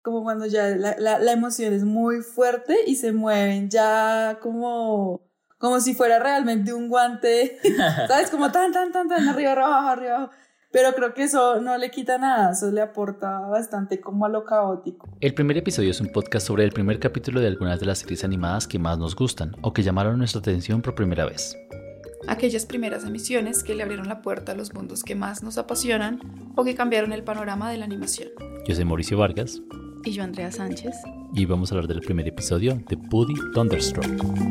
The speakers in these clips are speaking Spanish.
como cuando ya la emoción es muy fuerte y se mueven ya como si fuera realmente un guante, ¿sabes? Como tan, arriba, abajo. Pero creo que eso no le quita nada, eso le aporta bastante como a lo caótico. El primer episodio es un podcast sobre el primer capítulo de algunas de las series animadas que más nos gustan o que llamaron nuestra atención por primera vez. Aquellas primeras emisiones que le abrieron la puerta a los mundos que más nos apasionan o que cambiaron el panorama de la animación. Yo soy Mauricio Vargas. Y yo, Andrea Sánchez. Y vamos a hablar del primer episodio de Buddy Thunderstruck.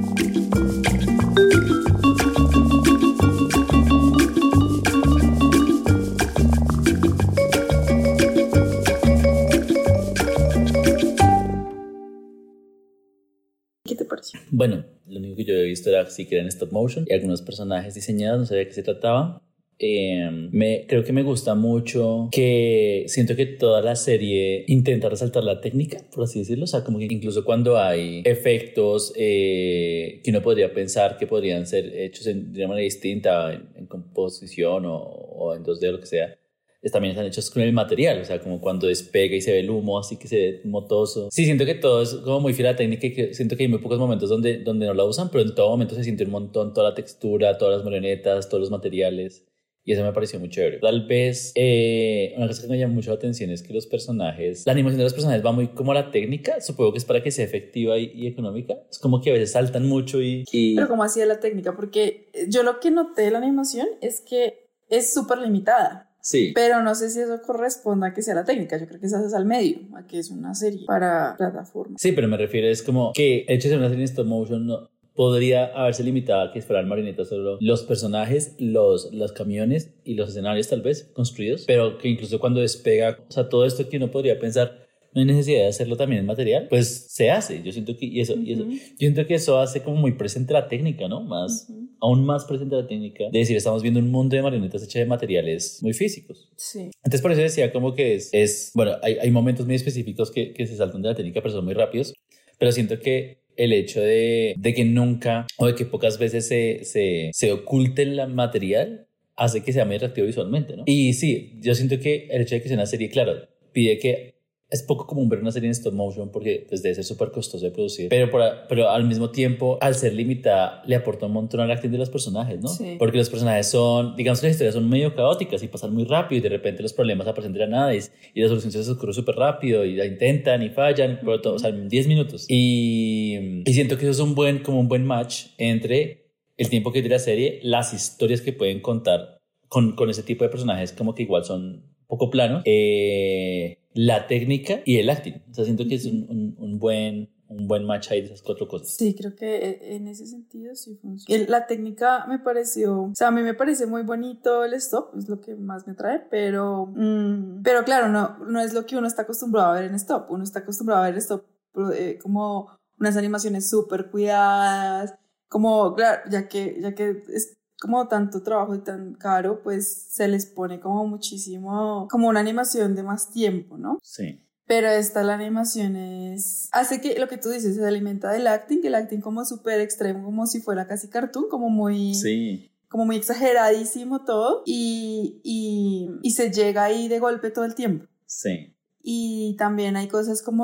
¿Qué te pareció? Bueno, lo único que yo había visto era sí que eran stop motion y algunos personajes diseñados, no sabía de qué se trataba. Creo que me gusta mucho que siento que toda la serie intenta resaltar la técnica, por así decirlo, o sea, como que incluso cuando hay efectos que uno podría pensar que podrían ser hechos de una manera distinta en composición o en 2D o lo que sea, también están hechos con el material, o sea, como cuando despega y se ve el humo, así que se ve motoso. Sí, siento que todo es como muy fiel a la técnica y que siento que hay muy pocos momentos donde no la usan, pero en todo momento se siente un montón, toda la textura, todas las marionetas, todos los materiales, y eso me pareció muy chévere. Tal vez una cosa que me llama mucho la atención es que los personajes, la animación de los personajes va muy como a la técnica, supongo que es para que sea efectiva y económica, es como que a veces saltan mucho y... Pero ¿cómo hacía la técnica? Porque yo lo que noté de la animación es que es súper limitada. Sí. Pero no sé si eso corresponde a que sea la técnica. Yo creo que esa es al medio, a que es una serie para plataforma. Sí, pero me refiero es como que hecho en una serie en stop motion no podría haberse limitado a que fueran marionetas solo los personajes, los camiones y los escenarios tal vez construidos, pero que incluso cuando despega, o sea, todo esto que uno podría pensar no hay necesidad de hacerlo también en material, pues se hace. Yo siento que yo siento que eso hace como muy presente la técnica, ¿no? Aún más presente la técnica de decir, estamos viendo un mundo de marionetas hechas de materiales muy físicos. Sí. Entonces por eso decía como que es bueno, hay momentos muy específicos que se saltan de la técnica, pero son muy rápidos, pero siento que el hecho de que nunca o de que pocas veces se oculte el material hace que sea muy atractivo visualmente, ¿no? Y sí, yo siento que el hecho de que sea una serie, claro, pide que es poco común ver una serie en stop motion porque pues, debe ser súper costoso de producir, pero al mismo tiempo, al ser limitada, le aporta un montón al acting de los personajes, ¿no? Sí. Porque los personajes son, digamos que las historias son medio caóticas y pasan muy rápido y de repente los problemas aparecen de la nada y la solución se ocurre súper rápido y la intentan y fallan, pero todo, o sea, en 10 minutos. Y siento que eso es un buen match entre el tiempo que tiene la serie, las historias que pueden contar con ese tipo de personajes como que igual son poco plano, la técnica y el acting. O sea, siento que es un buen match ahí de esas cuatro cosas. Sí, creo que en ese sentido sí funciona. La técnica me pareció, o sea, a mí me parece muy bonito el stop, es lo que más me atrae, pero claro, no es lo que uno está acostumbrado a ver en stop. Uno está acostumbrado a ver stop como unas animaciones súper cuidadas, como, claro, ya que es como tanto trabajo y tan caro, pues se les pone como muchísimo, como una animación de más tiempo, ¿no? Sí. Pero la animación hace que lo que tú dices, se alimenta del acting, el acting como súper extremo, como si fuera casi cartoon, como muy... Sí. Como muy exageradísimo todo y se llega ahí de golpe todo el tiempo. Sí. Y también hay cosas como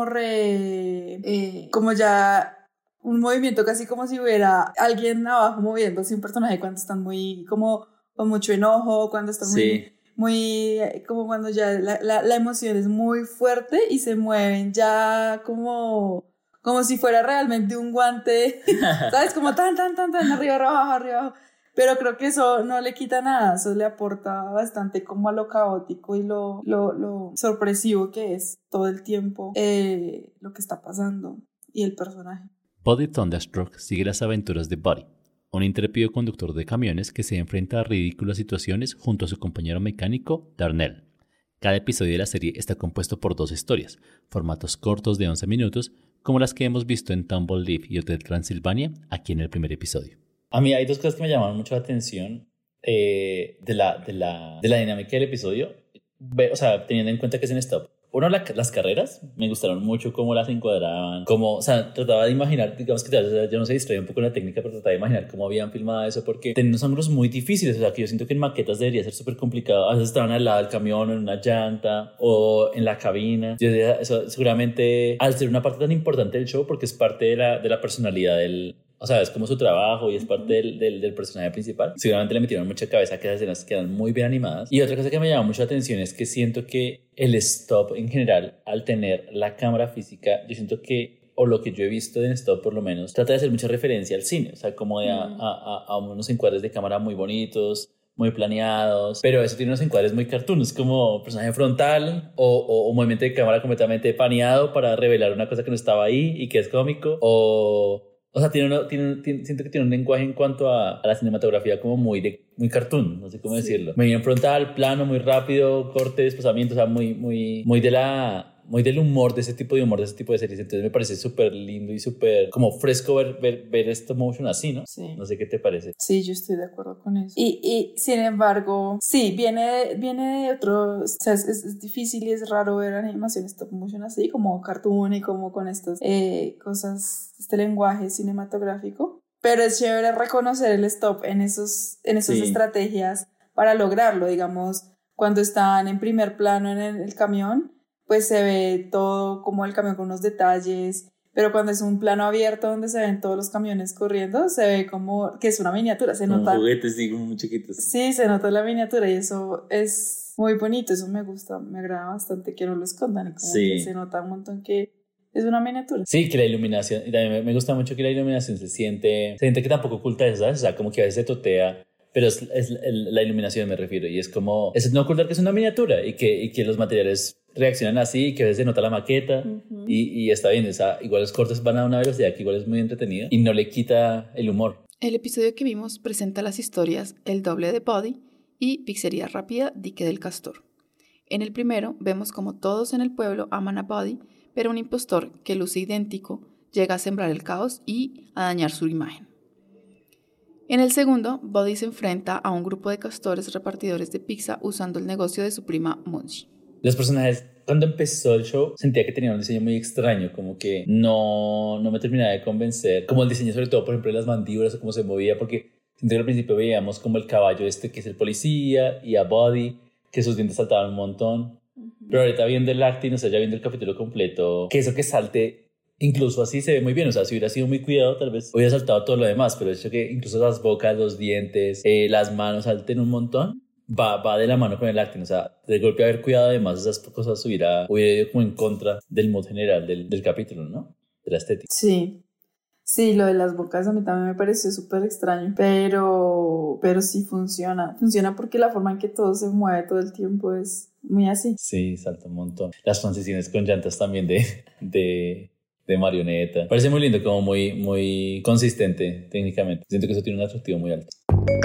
como ya... un movimiento casi como si hubiera alguien abajo moviéndose, un personaje cuando están muy como con mucho enojo, cuando están muy como cuando ya la emoción es muy fuerte y se mueven ya como si fuera realmente un guante, ¿sabes? Como tan arriba, abajo. Pero creo que eso no le quita nada, eso le aporta bastante como a lo caótico y lo sorpresivo que es todo el tiempo lo que está pasando y el personaje. Buddy Thunderstruck sigue las aventuras de Buddy, un intrépido conductor de camiones que se enfrenta a ridículas situaciones junto a su compañero mecánico, Darnell. Cada episodio de la serie está compuesto por 2 historias, formatos cortos de 11 minutos, como las que hemos visto en Tumble Leaf y Hotel Transilvania, aquí en el primer episodio. A mí hay 2 cosas que me llaman mucho la atención de la dinámica del episodio, o sea, teniendo en cuenta que es en stop. uno, las carreras me gustaron mucho cómo las encuadraban, o sea, trataba de imaginar, digamos que yo no sé, distraía un poco en la técnica, pero trataba de imaginar cómo habían filmado eso, porque tenían unos ángulos muy difíciles, o sea, que yo siento que en maquetas debería ser súper complicado. A veces estaban al lado del camión, en una llanta o en la cabina. Yo decía, eso seguramente, al ser una parte tan importante del show, porque es parte de la personalidad del... O sea, es como su trabajo y es parte del personaje principal. Seguramente le metieron mucha cabeza a que esas escenas quedan muy bien animadas. Y otra cosa que me llama mucho la atención es que siento que el stop en general, al tener la cámara física, yo siento que, o lo que yo he visto en stop por lo menos, trata de hacer mucha referencia al cine. O sea, como de a unos encuadres de cámara muy bonitos, muy planeados, pero eso tiene unos encuadres muy cartoons, como personaje frontal o movimiento de cámara completamente paneado para revelar una cosa que no estaba ahí y que es cómico, o sea, siento que tiene un lenguaje en cuanto a la cinematografía como muy cartoon, no sé cómo decirlo. Muy bien frontal, plano, muy rápido, corte, desplazamiento, o sea, muy del humor, de ese tipo de humor, de ese tipo de series. Entonces me parece súper lindo y súper como fresco ver stop motion así, ¿no? Sí. No sé qué te parece. Sí, yo estoy de acuerdo con eso. Y sin embargo, sí, viene de otro, o sea, es difícil y es raro ver animación stop motion así, como cartoon y como con estas cosas, este lenguaje cinematográfico. Pero es chévere reconocer el stop en esas estrategias para lograrlo. Digamos, cuando están en primer plano en el camión, pues se ve todo como el camión con unos detalles, pero cuando es un plano abierto donde se ven todos los camiones corriendo, se ve como que es una miniatura, se nota. Como juguetes, sí, como muy chiquitos. Sí, se nota la miniatura y eso es muy bonito, eso me gusta, me agrada bastante que no lo escondan, como que se nota un montón que es una miniatura. Sí, que la iluminación, y también me gusta mucho que la iluminación se siente que tampoco oculta eso, ¿sabes? O sea, como que a veces se totea, pero la iluminación me refiero, y es como, es no ocultar que es una miniatura y que los materiales reaccionan así, que a veces se nota la maqueta y está bien, o sea, igual los cortes van a una velocidad que igual es muy entretenido y no le quita el humor. El episodio que vimos presenta las historias El doble de Buddy y Pizzería Rápida Dique del Castor. En el primero vemos como todos en el pueblo aman a Buddy, pero un impostor que luce idéntico llega a sembrar el caos y a dañar su imagen. En el segundo, Buddy se enfrenta a un grupo de castores repartidores de pizza usando el negocio de su prima Munchie. Los personajes, cuando empezó el show, sentía que tenían un diseño muy extraño, como que no me terminaba de convencer. Como el diseño, sobre todo, por ejemplo, de las mandíbulas o cómo se movía, porque siento que al principio veíamos como el caballo que es el policía, y a Buddy, que sus dientes saltaban un montón. Pero ahorita viendo el acting, o sea, ya viendo el capítulo completo, que eso que salte, incluso así se ve muy bien. O sea, si hubiera sido muy cuidado, tal vez hubiera saltado todo lo demás, pero el hecho que incluso las bocas, los dientes, las manos salten un montón, va de la mano con el acting. O sea, de golpe haber cuidado además esas cosas hubiera ido como en contra del mood general del capítulo, ¿no? De la estética. Sí, lo de las bocas a mí también me pareció súper extraño, pero sí funciona porque la forma en que todo se mueve todo el tiempo es muy así. Sí, salta un montón. Las transiciones con llantas también de marioneta. Parece muy lindo, como muy consistente técnicamente. Siento que eso tiene un atractivo muy alto.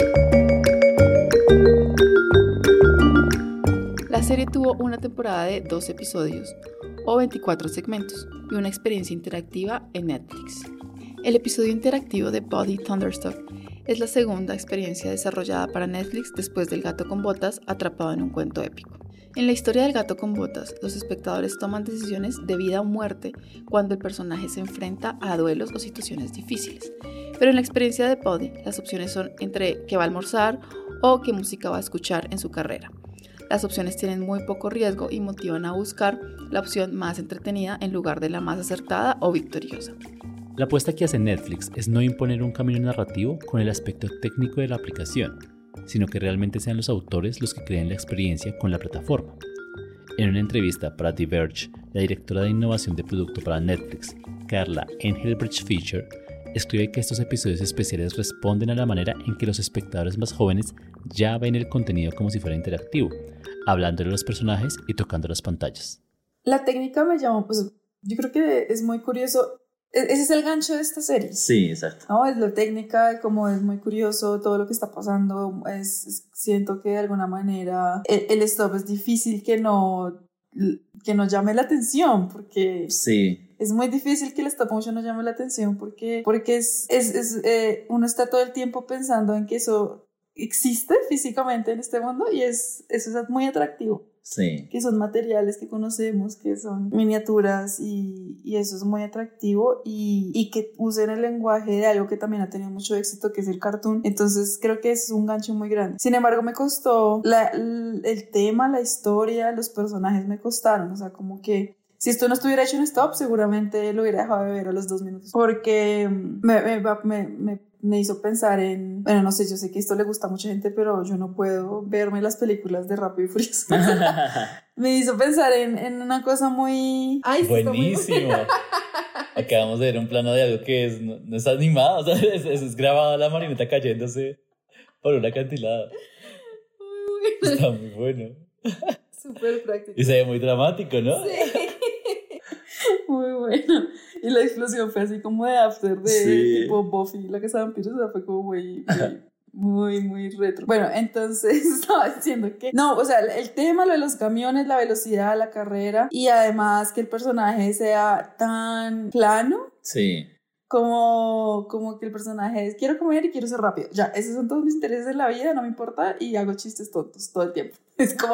La serie tuvo una temporada de 2 episodios o 24 segmentos y una experiencia interactiva en Netflix. El episodio interactivo de Buddy Thunderstruck es la segunda experiencia desarrollada para Netflix después del gato con botas atrapado en un cuento épico. En la historia del gato con botas, los espectadores toman decisiones de vida o muerte cuando el personaje se enfrenta a duelos o situaciones difíciles. Pero en la experiencia de Buddy, las opciones son entre qué va a almorzar o qué música va a escuchar en su carrera. Las opciones tienen muy poco riesgo y motivan a buscar la opción más entretenida en lugar de la más acertada o victoriosa. La apuesta que hace Netflix es no imponer un camino narrativo con el aspecto técnico de la aplicación, sino que realmente sean los autores los que creen la experiencia con la plataforma. En una entrevista para The Verge, la directora de innovación de producto para Netflix, Carla Engelbrecht Fischer, escribe que estos episodios especiales responden a la manera en que los espectadores más jóvenes ya ven el contenido como si fuera interactivo, hablando de los personajes y tocando las pantallas. La técnica me llamó, pues yo creo que es muy curioso. Ese es el gancho de esta serie. Sí, exacto. ¿No? Es la técnica, como es muy curioso todo lo que está pasando. Siento que de alguna manera el stop es difícil que no llame la atención, porque es muy difícil que el stop motion no llame la atención, porque uno está todo el tiempo pensando en que eso existe físicamente en este mundo y eso es muy atractivo. Sí. Que son materiales que conocemos, que son miniaturas y eso es muy atractivo y que usen el lenguaje de algo que también ha tenido mucho éxito, que es el cartoon. Entonces creo que es un gancho muy grande. Sin embargo, me costó el tema, la historia, los personajes me costaron, o sea, como que si esto no estuviera hecho en stop, seguramente lo hubiera dejado de ver a los 2 minutos. Porque me hizo pensar en... Bueno, no sé, yo sé que esto le gusta a mucha gente, pero yo no puedo verme las películas de Rápido y Furioso. Me hizo pensar en una cosa muy... Ay, buenísimo. Acabamos de ver un plano de algo que no está animado, o sea, es grabado la marioneta cayéndose por un acantilado. Muy bueno. Está muy bueno. Súper práctico. Y se ve muy dramático, ¿no? Sí. Muy bueno. Y la explosión fue así como de after de tipo Buffy, la casa de vampiros, o sea, fue como muy retro. Bueno, entonces estaba diciendo que no, o sea, el tema, lo de los camiones, la velocidad, la carrera y además que el personaje sea tan plano. Sí. Como que el personaje es quiero comer y quiero ser rápido. Ya, esos son todos mis intereses en la vida, no me importa y hago chistes tontos todo el tiempo. Es como...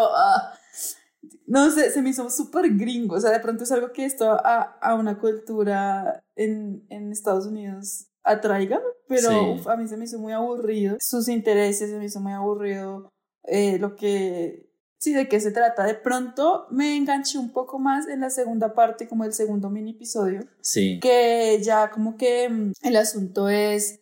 no sé, se me hizo súper gringo, o sea, de pronto es algo que esto a una cultura en Estados Unidos atraiga, pero sí. A mí se me hizo muy aburrido, sus intereses se me hizo muy aburrido, lo que, sí, de qué se trata. De pronto me enganché un poco más en la segunda parte, como el segundo mini episodio, sí. que ya como que el asunto es...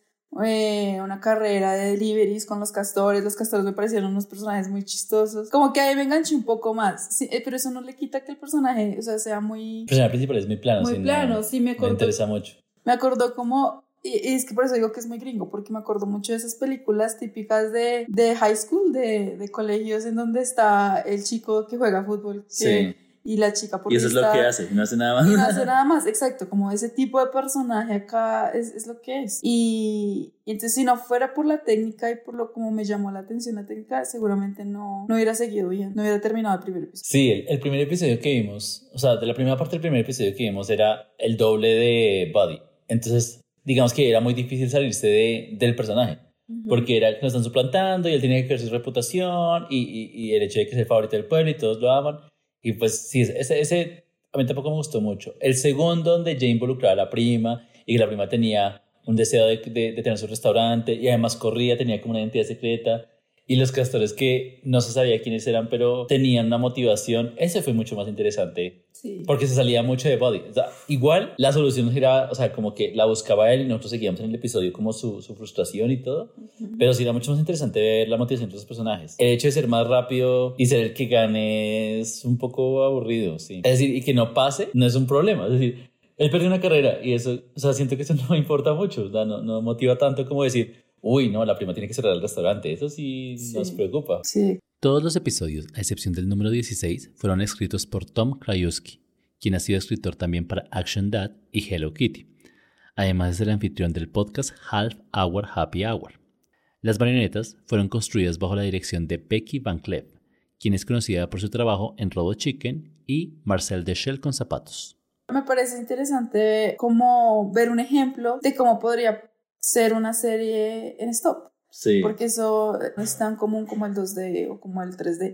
una carrera de deliveries con los castores me parecieron unos personajes muy chistosos, como que ahí me enganché un poco más, sí, pero eso no le quita que el personaje, o sea, sea muy... El personaje principal es muy plano, muy plano, sí, me interesa mucho. Me acordó como, y es que por eso digo que es muy gringo, porque me acuerdo mucho de esas películas típicas de high school, de colegios en donde está el chico que juega fútbol, sí. Y la chica y eso es lo que hace, no hace nada más. Y no hace nada más, exacto, como ese tipo de personaje acá es lo que es. Y entonces si no fuera por la técnica y por lo como me llamó la atención la técnica, seguramente no hubiera seguido bien, no hubiera terminado el primer episodio. Sí, el primer episodio que vimos, o sea, de la primera parte del primer episodio que vimos era el doble de Buddy. Entonces, digamos que era muy difícil salirse del personaje. Porque era que nos están suplantando y él tiene que crear su reputación y el hecho de que es el favorito del pueblo y todos lo aman. Y pues sí, ese a mí tampoco me gustó mucho. El segundo, donde ya involucraba a la prima y que la prima tenía un deseo de tener su restaurante y además corría, tenía como una identidad secreta. Y los castores que no se sabía quiénes eran, pero tenían una motivación, ese fue mucho más interesante. Sí. Porque se salía mucho de Buddy. O sea, igual la solución giraba, o sea, como que la buscaba él y nosotros seguíamos en el episodio como su frustración y todo. Pero sí era mucho más interesante ver la motivación de los personajes. El hecho de ser más rápido y ser el que gane es un poco aburrido, sí. Es decir, y que no pase no es un problema. Es decir, él perdió una carrera y eso, o sea, siento que eso no me importa mucho. O sea, no motiva tanto como decir... uy, no, la prima tiene que cerrar el restaurante. Eso sí nos preocupa. Sí. Todos los episodios, a excepción del número 16, fueron escritos por Tom Krajewski, quien ha sido escritor también para Action Dad y Hello Kitty. Además es el anfitrión del podcast Half Hour Happy Hour. Las marionetas fueron construidas bajo la dirección de Becky Van Cleef, quien es conocida por su trabajo en Robot Chicken y Marcel Deschelles con zapatos. Me parece interesante como ver un ejemplo de cómo podría ser una serie en stop. Sí. Porque eso no es tan común como el 2D o como el 3D.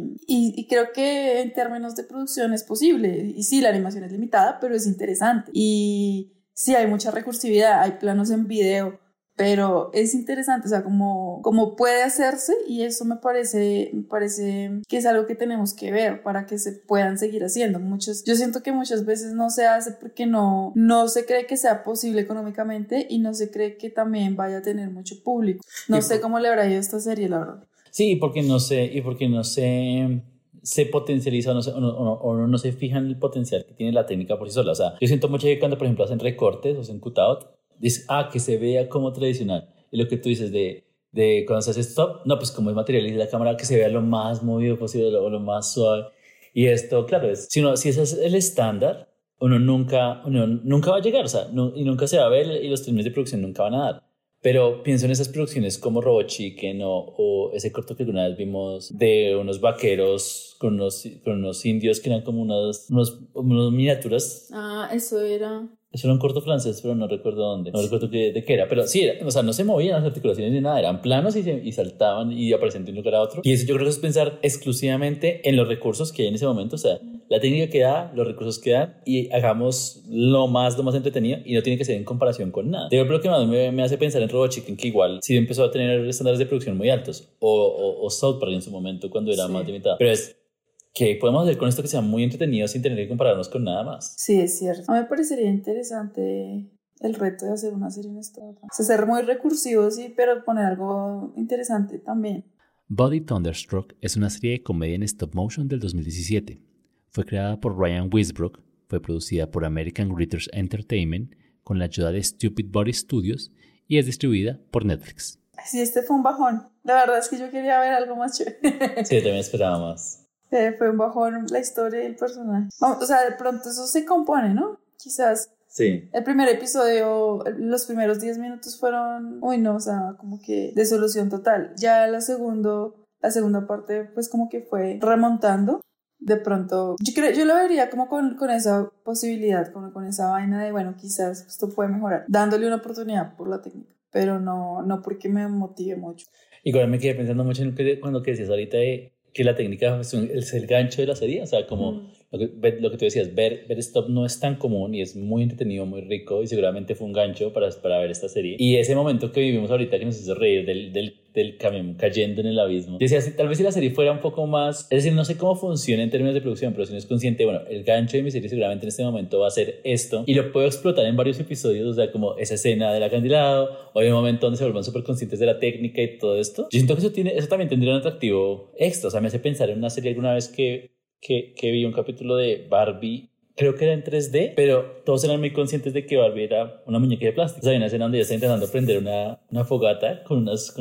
Y creo que en términos de producción es posible. Y sí, la animación es limitada, pero es interesante. Y sí, hay mucha recursividad, hay planos en video, pero es interesante, o sea, como puede hacerse, y eso me parece que es algo que tenemos que ver para que se puedan seguir haciendo. Yo siento que muchas veces no se hace porque no se cree que sea posible económicamente y no se cree que también vaya a tener mucho público. No sé cómo le habrá ido a esta serie, la verdad. Sí, porque no se potencializa o no se fija en el potencial que tiene la técnica por sí sola. O sea, yo siento mucho que cuando, por ejemplo, hacen recortes o hacen cutout, dices, que se vea como tradicional. Y lo que tú dices de cuando se hace stop, no, pues como es material y la cámara, que se vea lo más movido posible o lo más suave. Y esto, claro, si ese es el estándar, uno nunca va a llegar, o sea, y nunca se va a ver y los términos de producción nunca van a dar. Pero pienso en esas producciones como Robot Chicken o ese corto que alguna vez vimos de unos vaqueros con unos indios que eran como unos miniaturas. Eso era... Eso era un corto francés, pero no recuerdo dónde. No recuerdo de qué era. Pero sí, o sea, no se movían las articulaciones ni nada. Eran planos y saltaban y aparecían de un lugar a otro. Y eso yo creo que es pensar exclusivamente en los recursos que hay en ese momento. O sea, la técnica que da, los recursos que dan y hagamos lo más entretenido y no tiene que ser en comparación con nada. Yo creo que más me hace pensar en Robot Chicken, que igual sí empezó a tener estándares de producción muy altos. O South Park en su momento cuando era más limitada. Pero es... ¿qué podemos hacer con esto que sea muy entretenido sin tener que compararnos con nada más? Sí, es cierto. A mí me parecería interesante el reto de hacer una serie en esto. O sea, ser muy recursivos, sí, pero poner algo interesante también. Body Thunderstruck es una serie de comedia en stop motion del 2017. Fue creada por Ryan Westbrook, fue producida por American Writers Entertainment con la ayuda de Stupid Body Studios y es distribuida por Netflix. Sí, este fue un bajón. La verdad es que yo quería ver algo más chévere. Sí, yo también esperaba más. Fue un bajón la historia y el personaje. O sea, de pronto eso se compone, ¿no? Quizás sí. El primer episodio, los primeros 10 minutos fueron, uy no, o sea, como que desolución total. Ya la segunda parte pues como que fue remontando. De pronto, yo lo vería como con esa posibilidad, con esa vaina de, bueno, quizás esto puede mejorar, dándole una oportunidad por la técnica, pero no porque me motive mucho. Igual me quedé pensando mucho en cuando que decías ahorita de que la técnica es el gancho de la serie, o sea, como lo que tú decías, ver stop no es tan común y es muy entretenido, muy rico y seguramente fue un gancho para ver esta serie. Y ese momento que vivimos ahorita que nos hizo reír del camión cayendo en el abismo. Yo decía, tal vez si la serie fuera un poco más, es decir, no sé cómo funciona en términos de producción, pero si no es consciente, bueno, el gancho de mi serie seguramente en este momento va a ser esto y lo puedo explotar en varios episodios, o sea, como esa escena del acantilado o hay un momento donde se vuelvan súper conscientes de la técnica y todo esto. Yo siento que eso también tendría un atractivo extra, o sea, me hace pensar en una serie alguna vez que vi un capítulo de Barbie, creo que era en 3D, pero todos eran muy conscientes de que Barbie era una muñeca de plástico. O sea, hay una escena donde ella está intentando prender una fogata con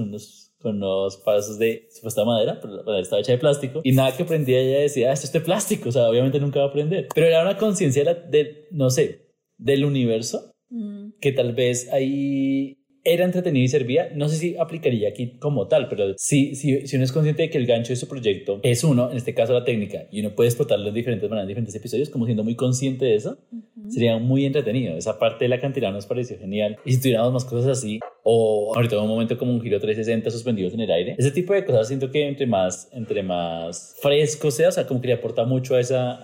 unos pasos de supuesta madera, pero estaba hecha de plástico, y nada que prendía ella decía, esto es de plástico, o sea, obviamente nunca va a prender. Pero era una conciencia no sé, del universo, que tal vez ahí era entretenido y servía. No sé si aplicaría aquí como tal, pero si uno es consciente de que el gancho de su proyecto es uno, en este caso la técnica, y uno puede explotarlo en diferentes maneras, en diferentes episodios, como siendo muy consciente de eso, sería muy entretenido. Esa parte del acantilado nos pareció genial. Y si tuviéramos más cosas así, o ahorita un momento como un giro 360 suspendidos en el aire, ese tipo de cosas siento que entre más fresco sea, o sea, como que le aporta mucho a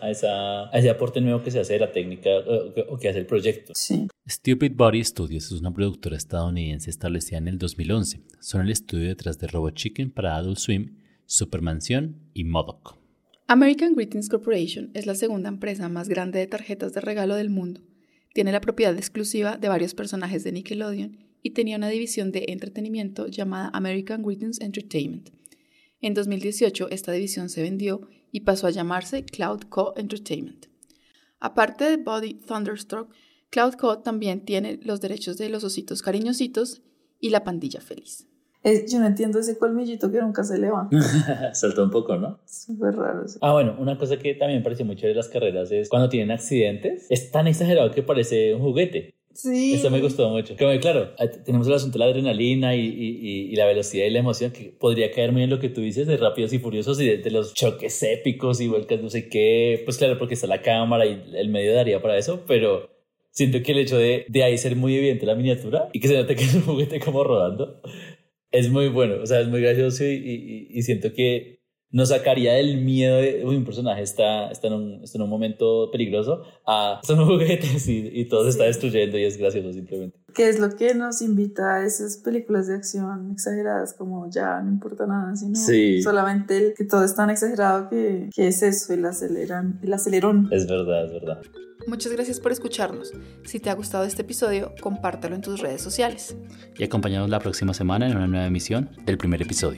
ese aporte nuevo que se hace de la técnica o que hace el proyecto. Sí. Stupid Body Studios es una productora estadounidense establecida en el 2011. Son el estudio detrás de Robot Chicken para Adult Swim, Supermansión y M.O.D.O.K. American Greetings Corporation es la segunda empresa más grande de tarjetas de regalo del mundo. Tiene la propiedad exclusiva de varios personajes de Nickelodeon y tenía una división de entretenimiento llamada American Greetings Entertainment. En 2018 esta división se vendió y pasó a llamarse Cloud Co. Entertainment. Aparte de Body Thunderstruck, Cloud Co. también tiene los derechos de los ositos cariñositos y la pandilla feliz. Yo no entiendo ese colmillito que nunca se le va. Saltó un poco, ¿no? Súper raro. Sí. Bueno, una cosa que también me pareció muy chévere de las carreras es cuando tienen accidentes. Es tan exagerado que parece un juguete. Sí. Esto me gustó mucho. Como claro, tenemos el asunto de la adrenalina y la velocidad y la emoción que podría caer muy en lo que tú dices de Rápidos y Furiosos y de los choques épicos y vuelcas no sé qué. Pues claro, porque está la cámara y el medio daría para eso, pero siento que el hecho de ahí ser muy evidente la miniatura y que se note que es un juguete como rodando es muy bueno, o sea, es muy gracioso y siento que nos sacaría del miedo de un personaje está en un momento peligroso son juguetes y todo se está destruyendo y es gracioso simplemente. Que es lo que nos invita a esas películas de acción exageradas, como ya no importa nada, sino solamente que todo es tan exagerado que es eso, el acelerón. Es verdad. Muchas gracias por escucharnos. Si te ha gustado este episodio, compártelo en tus redes sociales. Y acompáñanos la próxima semana en una nueva emisión del primer episodio.